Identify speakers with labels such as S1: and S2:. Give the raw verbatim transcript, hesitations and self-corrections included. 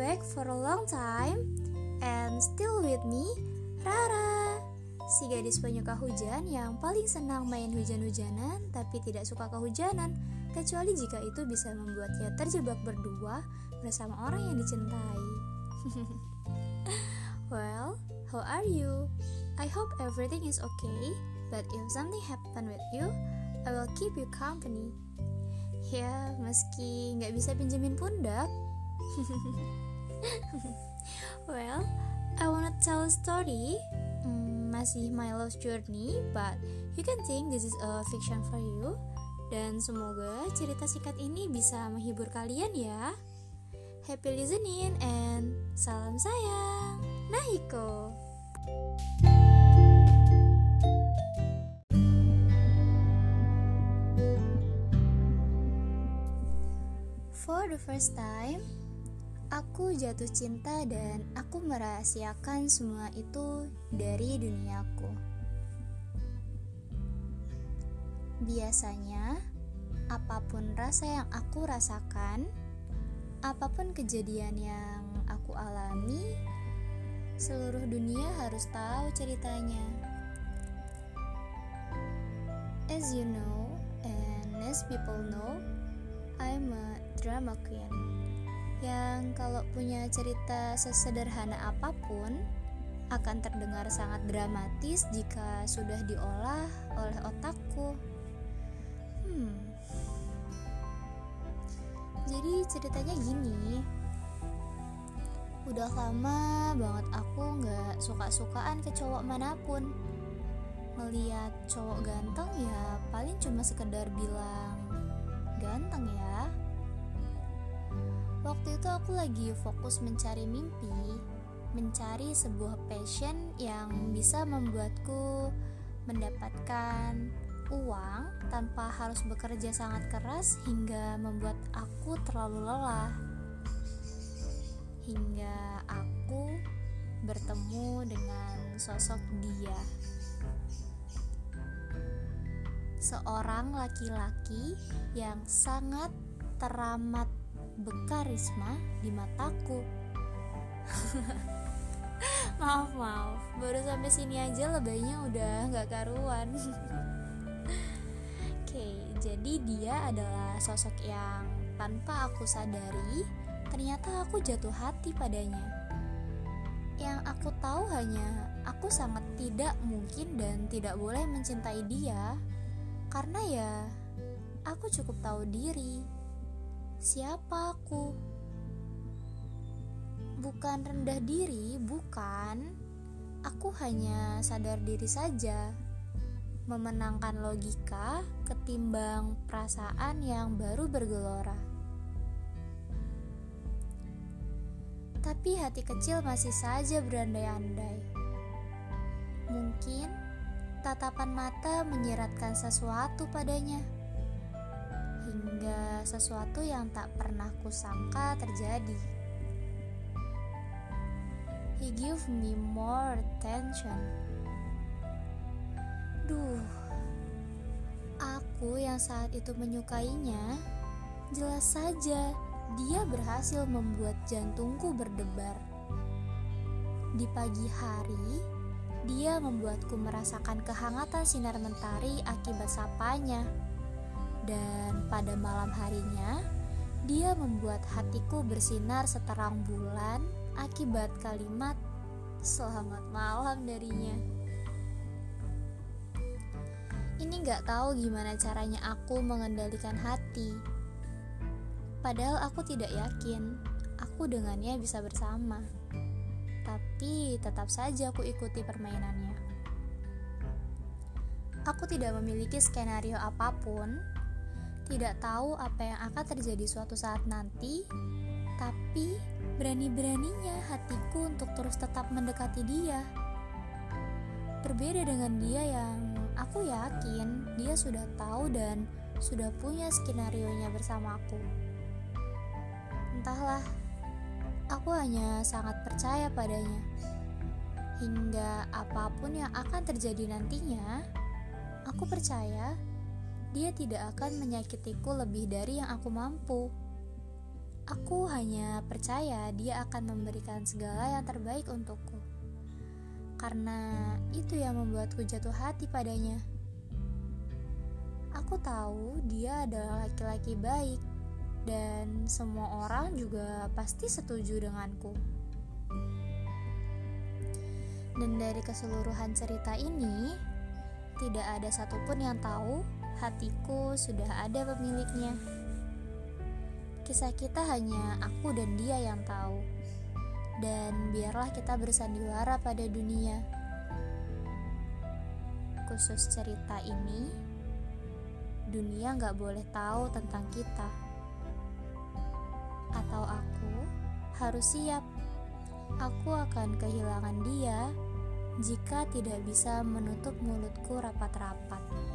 S1: back for a long time. And still with me, Rara, si gadis penyuka hujan yang paling senang main hujan-hujanan tapi tidak suka kehujanan, kecuali jika itu bisa membuatnya terjebak berdua bersama orang yang dicintai. Well, how are you? I hope everything is okay, but if something happen with you, I will keep you company. Ya, meski nggak bisa pinjemin pundak. Well, I wanna tell a story. Hmm, masih my lost journey, but you can think this is a fiction for you. Dan semoga cerita singkat ini bisa menghibur kalian ya. Happy listening and salam sayang, Nahiko. For the first time, aku jatuh cinta dan aku merahasiakan semua itu dari duniaku. Biasanya, apapun rasa yang aku rasakan, apapun kejadian yang aku alami, seluruh dunia harus tahu ceritanya. As you know, and as people know, I'm a drama queen yang kalau punya cerita sesederhana apapun akan terdengar sangat dramatis jika sudah diolah oleh otakku. Hmm. Jadi ceritanya gini. Udah lama banget aku gak suka-sukaan ke cowok manapun. Ngeliat cowok ganteng ya paling cuma sekedar bilang ganteng ya. Waktu itu aku lagi fokus mencari mimpi, mencari sebuah passion yang bisa membuatku mendapatkan uang tanpa harus bekerja sangat keras hingga membuat aku terlalu lelah. Hingga aku bertemu dengan sosok dia. Seorang laki-laki yang sangat teramat berkarisma di mataku. Maaf maaf, baru sampai sini aja lebaynya udah nggak karuan. Oke, okay, jadi dia adalah sosok yang tanpa aku sadari, ternyata aku jatuh hati padanya. Yang aku tahu hanya aku sangat tidak mungkin dan tidak boleh mencintai dia, karena ya aku cukup tahu diri. Siapa aku? Bukan rendah diri, bukan. Aku hanya sadar diri saja. Memenangkan logika ketimbang perasaan yang baru bergelora. Tapi hati kecil masih saja berandai-andai. Mungkin tatapan mata menyiratkan sesuatu padanya. Hingga sesuatu yang tak pernah kusangka terjadi. He give me more attention. Duh, aku yang saat itu menyukainya, jelas saja dia berhasil membuat jantungku berdebar. Di pagi hari, dia membuatku merasakan kehangatan sinar mentari akibat sapanya. Dan pada malam harinya, dia membuat hatiku bersinar seterang bulan akibat kalimat selamat malam darinya. Ini gak tahu gimana caranya aku mengendalikan hati. Padahal aku tidak yakin aku dengannya bisa bersama. Tapi tetap saja aku ikuti permainannya. Aku tidak memiliki skenario apapun, tidak tahu apa yang akan terjadi suatu saat nanti, tapi berani-beraninya hatiku untuk terus tetap mendekati dia. Berbeda dengan dia yang aku yakin dia sudah tahu dan sudah punya skenarionya bersama aku. Entahlah, aku hanya sangat percaya padanya. Hingga apapun yang akan terjadi nantinya, aku percaya dia tidak akan menyakitiku lebih dari yang aku mampu. Aku hanya percaya dia akan memberikan segala yang terbaik untukku. Karena itu yang membuatku jatuh hati padanya. Aku tahu dia adalah laki-laki baik, dan semua orang juga pasti setuju denganku. Dan dari keseluruhan cerita ini, tidak ada satupun yang tahu hatiku sudah ada pemiliknya. Kisah kita hanya aku dan dia yang tahu. Dan biarlah kita bersandiwara pada dunia. Khusus cerita ini, dunia gak boleh tahu tentang kita. Atau aku harus siap. Aku akan kehilangan dia jika tidak bisa menutup mulutku rapat-rapat.